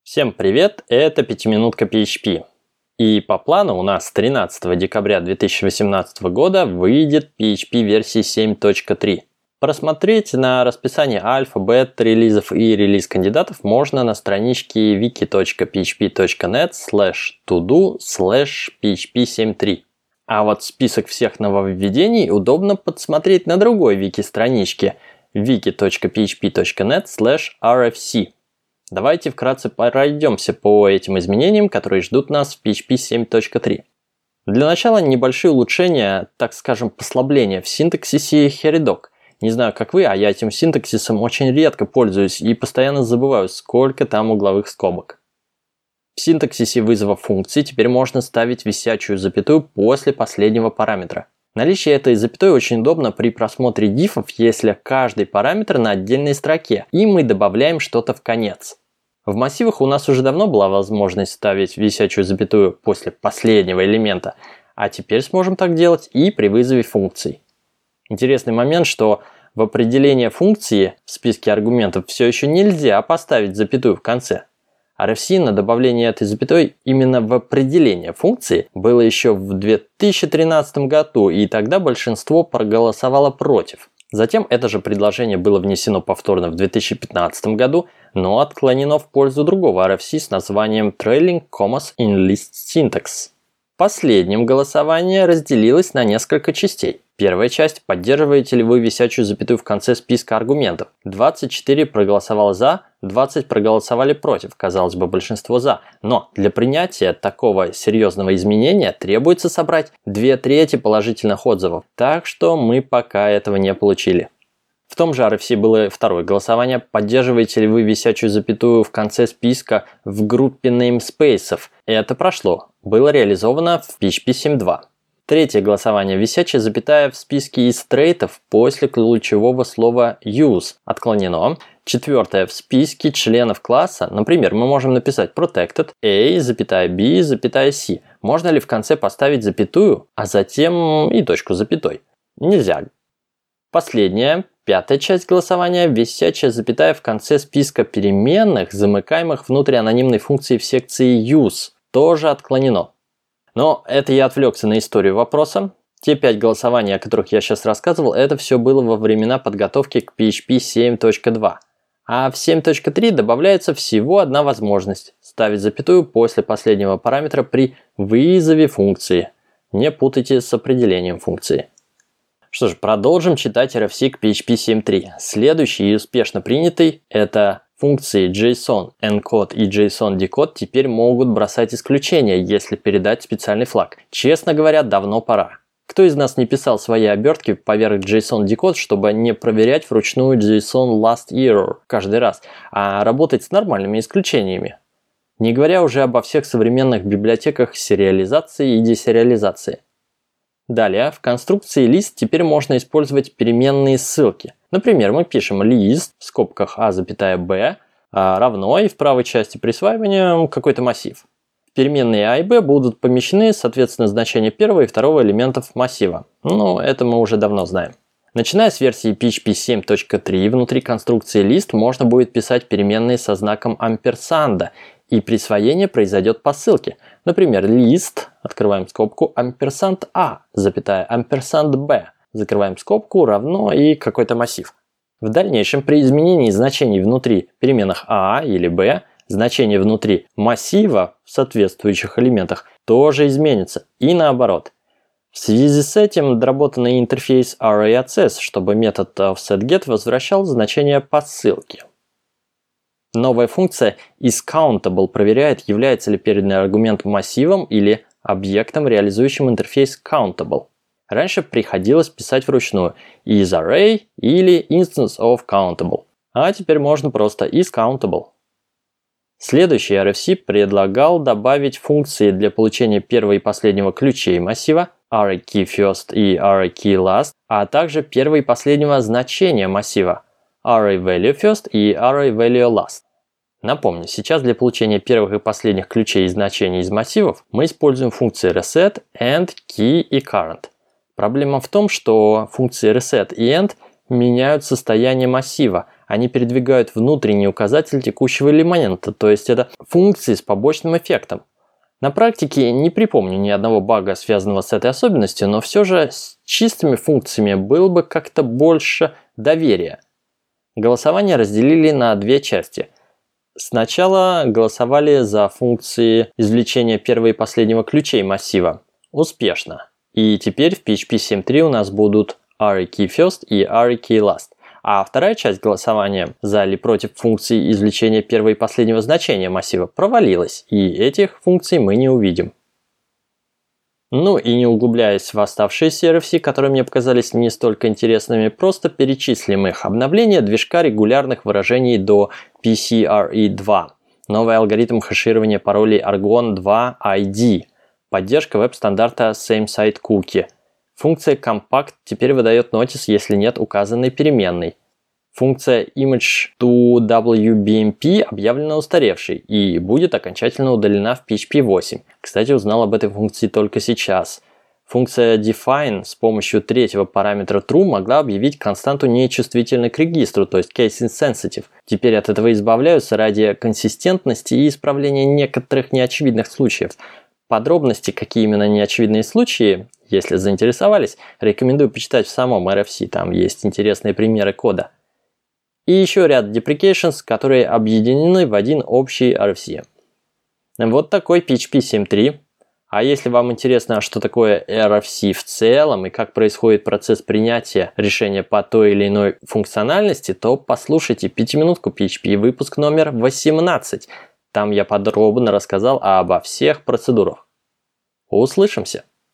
Всем привет, это пятиминутка PHP. И по плану у нас 13 декабря 2018 года выйдет PHP версии 7.3. Просмотреть на расписание альфа, бета релизов и релиз кандидатов можно на страничке wiki.php.net/todo/php73. А вот список всех нововведений удобно подсмотреть на другой вики-страничке wiki.php.net/rfc. Давайте вкратце пройдемся по этим изменениям, которые ждут нас в PHP 7.3. Для начала небольшие улучшения, так скажем, послабления в синтаксисе Herodot. Не знаю, как вы, а я этим синтаксисом очень редко пользуюсь и постоянно забываю, сколько там угловых скобок. В синтаксисе вызова функции теперь можно ставить висячую запятую после последнего параметра. Наличие этой запятой очень удобно при просмотре диффов, если каждый параметр на отдельной строке, и мы добавляем что-то в конец. В массивах у нас уже давно была возможность ставить висячую запятую после последнего элемента, а теперь сможем так делать и при вызове функций. Интересный момент, что в определение функции в списке аргументов все еще нельзя поставить запятую в конце. RFC на добавление этой запятой именно в определение функции было еще в 2013 году, и тогда большинство проголосовало против. Затем это же предложение было внесено повторно в 2015 году, но отклонено в пользу другого RFC с названием Trailing Commas in List Syntax. Последним голосование разделилось на несколько частей. Первая часть – поддерживаете ли вы висячую запятую в конце списка аргументов. 24 проголосовало за, 20 проголосовали против, казалось бы, большинство за. Но для принятия такого серьезного изменения требуется собрать 2/3 положительных отзывов, так что мы пока этого не получили. В том же RFC было второе голосование, поддерживаете ли вы висячую запятую в конце списка в группе namespace'ов. Это прошло, было реализовано в PHP 7.2. Третье голосование, висячая запятая в списке из трейтов после ключевого слова use, отклонено. Четвертое, в списке членов класса, например, мы можем написать protected a, b, c. Можно ли в конце поставить запятую, а затем и точку с запятой? Нельзя. Последняя, пятая часть голосования, висячая запятая в конце списка переменных, замыкаемых внутрь анонимной функции в секции use, тоже отклонено. Но это я отвлекся на историю вопроса. Те 5 голосований, о которых я сейчас рассказывал, это все было во времена подготовки к PHP 7.2. А в 7.3 добавляется всего одна возможность – ставить запятую после последнего параметра при вызове функции. Не путайте с определением функции. Что ж, продолжим читать RFC к PHP 7.3. Следующий и успешно принятый – это функции JSON encode и JSON decode теперь могут бросать исключения, если передать специальный флаг. Честно говоря, давно пора. Кто из нас не писал свои обертки поверх JSON decode, чтобы не проверять вручную JSON last error каждый раз, а работать с нормальными исключениями? Не говоря уже обо всех современных библиотеках сериализации и десериализации. Далее, в конструкции list теперь можно использовать переменные ссылки. Например, мы пишем list в скобках a, равно и в правой части присваивания какой-то массив. Переменные a и b будут помещены, соответственно, значения первого и второго элементов массива. Но это мы уже давно знаем. Начиная с версии PHP 7.3, внутри конструкции list можно будет писать переменные со знаком амперсанда, и присвоение произойдет по ссылке. Например, list, открываем скобку, амперсанд a, амперсанд b, закрываем скобку, равно и какой-то массив. В дальнейшем при изменении значений внутри переменных a или b, значение внутри массива в соответствующих элементах тоже изменится, и наоборот. В связи с этим доработанный интерфейс array_access, чтобы метод offsetGet возвращал значение по ссылке. Новая функция isCountable проверяет, является ли переданный аргумент массивом или объектом, реализующим интерфейс countable. Раньше приходилось писать вручную isArray или instance of countable, а теперь можно просто isCountable. Следующий RFC предлагал добавить функции для получения первого и последнего ключей массива arrayKeyFirst и arrayKeyLast, а также первого и последнего значения массива arrayValueFirst и arrayValueLast. Напомню, сейчас для получения первых и последних ключей и значений из массивов мы используем функции reset, end, key и current. Проблема в том, что функции reset и end меняют состояние массива, они передвигают внутренний указатель текущего элемента, то есть это функции с побочным эффектом. На практике не припомню ни одного бага, связанного с этой особенностью, но все же с чистыми функциями было бы как-то больше доверия. Голосование разделили на две части. Сначала голосовали за функции извлечения первого и последнего ключей массива. Успешно. И теперь в PHP 7.3 у нас будут arrayKeyFirst и arrayKeyLast. А вторая часть голосования за или против функции извлечения первого и последнего значения массива провалилась, и этих функций мы не увидим. Ну и не углубляясь в оставшиеся RFC, которые мне показались не столько интересными, просто перечислим их. Обновление движка регулярных выражений до PCRE2. Новый алгоритм хэширования паролей Argon 2 ID. Поддержка веб-стандарта Same-Site Cookie. Функция Compact теперь выдает notice, если нет указанной переменной. Функция Image2WBMP объявлена устаревшей и будет окончательно удалена в PHP 8. Кстати, узнал об этой функции только сейчас. Функция Define с помощью третьего параметра true могла объявить константу нечувствительной к регистру, то есть case insensitive. Теперь от этого избавляются ради консистентности и исправления некоторых неочевидных случаев. Подробности, какие именно неочевидные случаи, если заинтересовались, рекомендую почитать в самом RFC, там есть интересные примеры кода. И еще ряд deprecations, которые объединены в один общий RFC. Вот такой PHP 7.3. А если вам интересно, что такое RFC в целом и как происходит процесс принятия решения по той или иной функциональности, то послушайте 5-минутку PHP, выпуск номер 18. Там я подробно рассказал обо всех процедурах. Услышимся!